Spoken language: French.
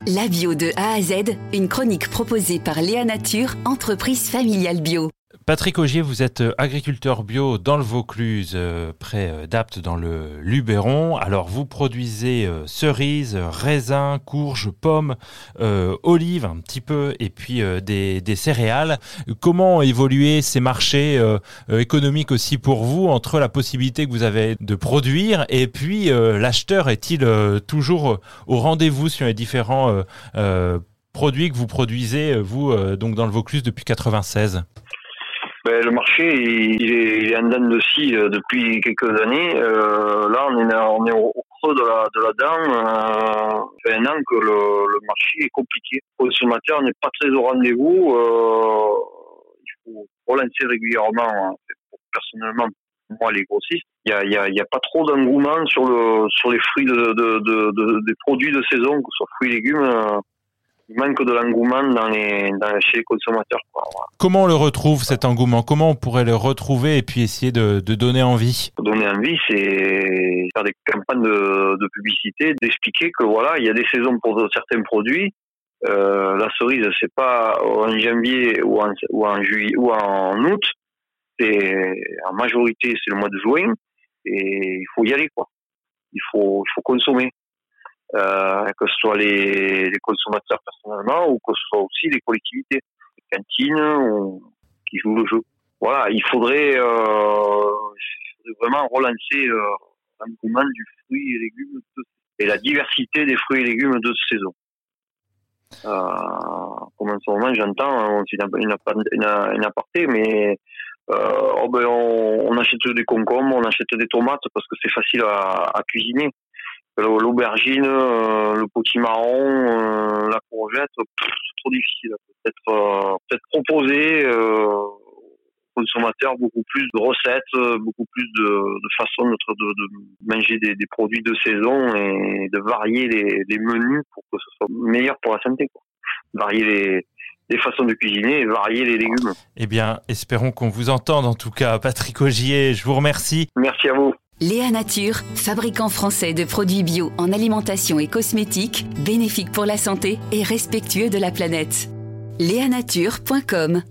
La bio de A à Z, une chronique proposée par Léa Nature, entreprise familiale bio. Patrick Augier, vous êtes agriculteur bio dans le Vaucluse, près d'Apt dans le Luberon. Alors vous produisez cerises, raisins, courges, pommes, olives un petit peu et puis des céréales. Comment ont évolué ces marchés économiques aussi pour vous entre la possibilité que vous avez de produire et puis l'acheteur est-il toujours au rendez-vous sur les différents produits que vous produisez vous donc dans le Vaucluse depuis 96? Le marché, il est en dents de scie depuis quelques années. Là, on est au creux de la dent. Ça fait un an que le marché est compliqué. Le consommateur n'est pas très au rendez-vous. Il faut relancer régulièrement. Personnellement, moi, les grossistes, il y a pas trop d'engouement sur les fruits des produits de saison, que ce soit fruits et légumes. Il manque de l'engouement chez les consommateurs. Comment on le retrouve, cet engouement? Comment on pourrait le retrouver et puis essayer de donner envie? Donner envie, c'est faire des campagnes de publicité, d'expliquer que voilà, il y a des saisons pour certains produits. La cerise, c'est pas en janvier ou en juillet ou en août. C'est en majorité, c'est le mois de juin. Et il faut y aller, quoi. Il faut consommer. Que ce soit les consommateurs personnellement ou que ce soit aussi les collectivités, les cantines qui jouent le jeu. Voilà, il faudrait vraiment relancer l'engouement du fruit et légumes et la diversité des fruits et légumes de saison. Comme en ce moment, j'entends, c'est une aparté, mais on achète des concombres, on achète des tomates parce que c'est facile à cuisiner. L'aubergine, le potimarron, la courgette, c'est trop difficile. Peut-être proposer aux consommateurs beaucoup plus de recettes, beaucoup plus de façons de manger des produits de saison et de varier les menus pour que ce soit meilleur pour la santé, quoi. Varier les façons de cuisiner et varier les légumes. Eh bien, espérons qu'on vous entende en tout cas. Patrick Augier, je vous remercie. Merci à vous. Léa Nature, fabricant français de produits bio en alimentation et cosmétiques, bénéfiques pour la santé et respectueux de la planète. Leanature.com